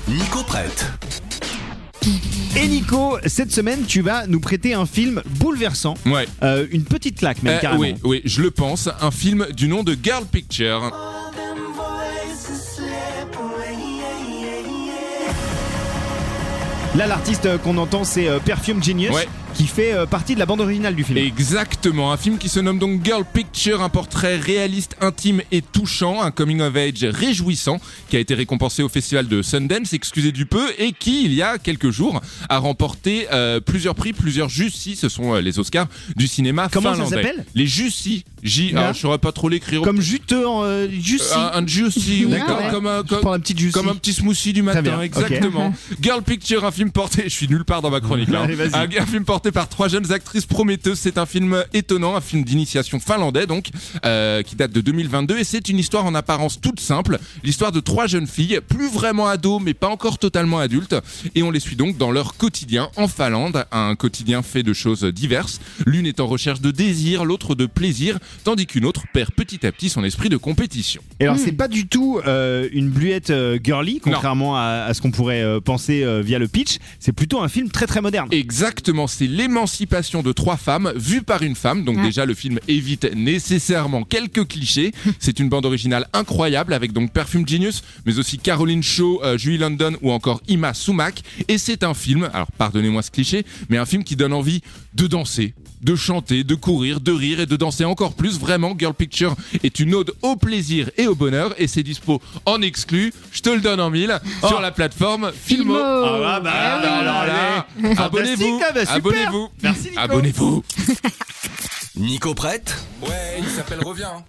Nico prête. Et Nico, cette semaine, tu vas nous prêter un film bouleversant. Ouais. Une petite claque même, carrément. Oui, je le pense. Un film du nom de Girl Picture. Là, l'artiste qu'on entend, c'est Perfume Genius, Ouais. qui fait partie de la bande originale du film. Exactement, un film qui se nomme donc Girl Picture, un portrait réaliste, intime et touchant, un coming of age réjouissant qui a été récompensé au festival de Sundance, excusez du peu, et qui, il y a quelques jours, a remporté plusieurs prix, plusieurs Jussi, ce sont les Oscars du cinéma Comment finlandais. ça s'appelle ? Les Jussi, Ah. je saurais pas trop l'écrire. Comme juteux en Jussi. Un Jussi, oui, D'accord, ouais. comme Prends la petite Jussi. comme un petit smoothie du matin, bien, exactement. ok. Girl Picture, un film porté, je suis nulle part dans ma chronique là. Allez, vas-y. Un film porté par 3 jeunes actrices prometteuses. C'est un film étonnant, un film d'initiation finlandais donc, qui date de 2022, et c'est une histoire en apparence toute simple, l'histoire de 3 jeunes filles, plus vraiment ados mais pas encore totalement adultes, et on les suit donc dans leur quotidien en Finlande, un quotidien fait de choses diverses. L'une est en recherche de désir, l'autre de plaisir, tandis qu'une autre perd petit à petit son esprit de compétition. Et alors, c'est pas du tout une bluette girly, contrairement à ce qu'on pourrait penser via le pitch. C'est plutôt un film très très moderne. Exactement, c'est l'émancipation de 3 femmes vues par une femme. Donc déjà le film évite nécessairement quelques clichés. C'est une bande originale incroyable avec donc Perfume Genius, mais aussi Caroline Shaw, Julie London ou encore Ima Sumac. Et c'est un film, alors pardonnez-moi ce cliché, mais un film qui donne envie de danser, de chanter, de courir, de rire et de danser encore plus. Vraiment, Girl Picture est une ode au plaisir et au bonheur, et c'est dispo en exclu, je te le donne en 1000, sur la plateforme Filmo. Ah bah, Alors là, abonnez-vous, Fantastique, ah bah, super. abonnez-vous, Merci, Nico. abonnez-vous. Nico prête. Ouais, il s'appelle Reviens.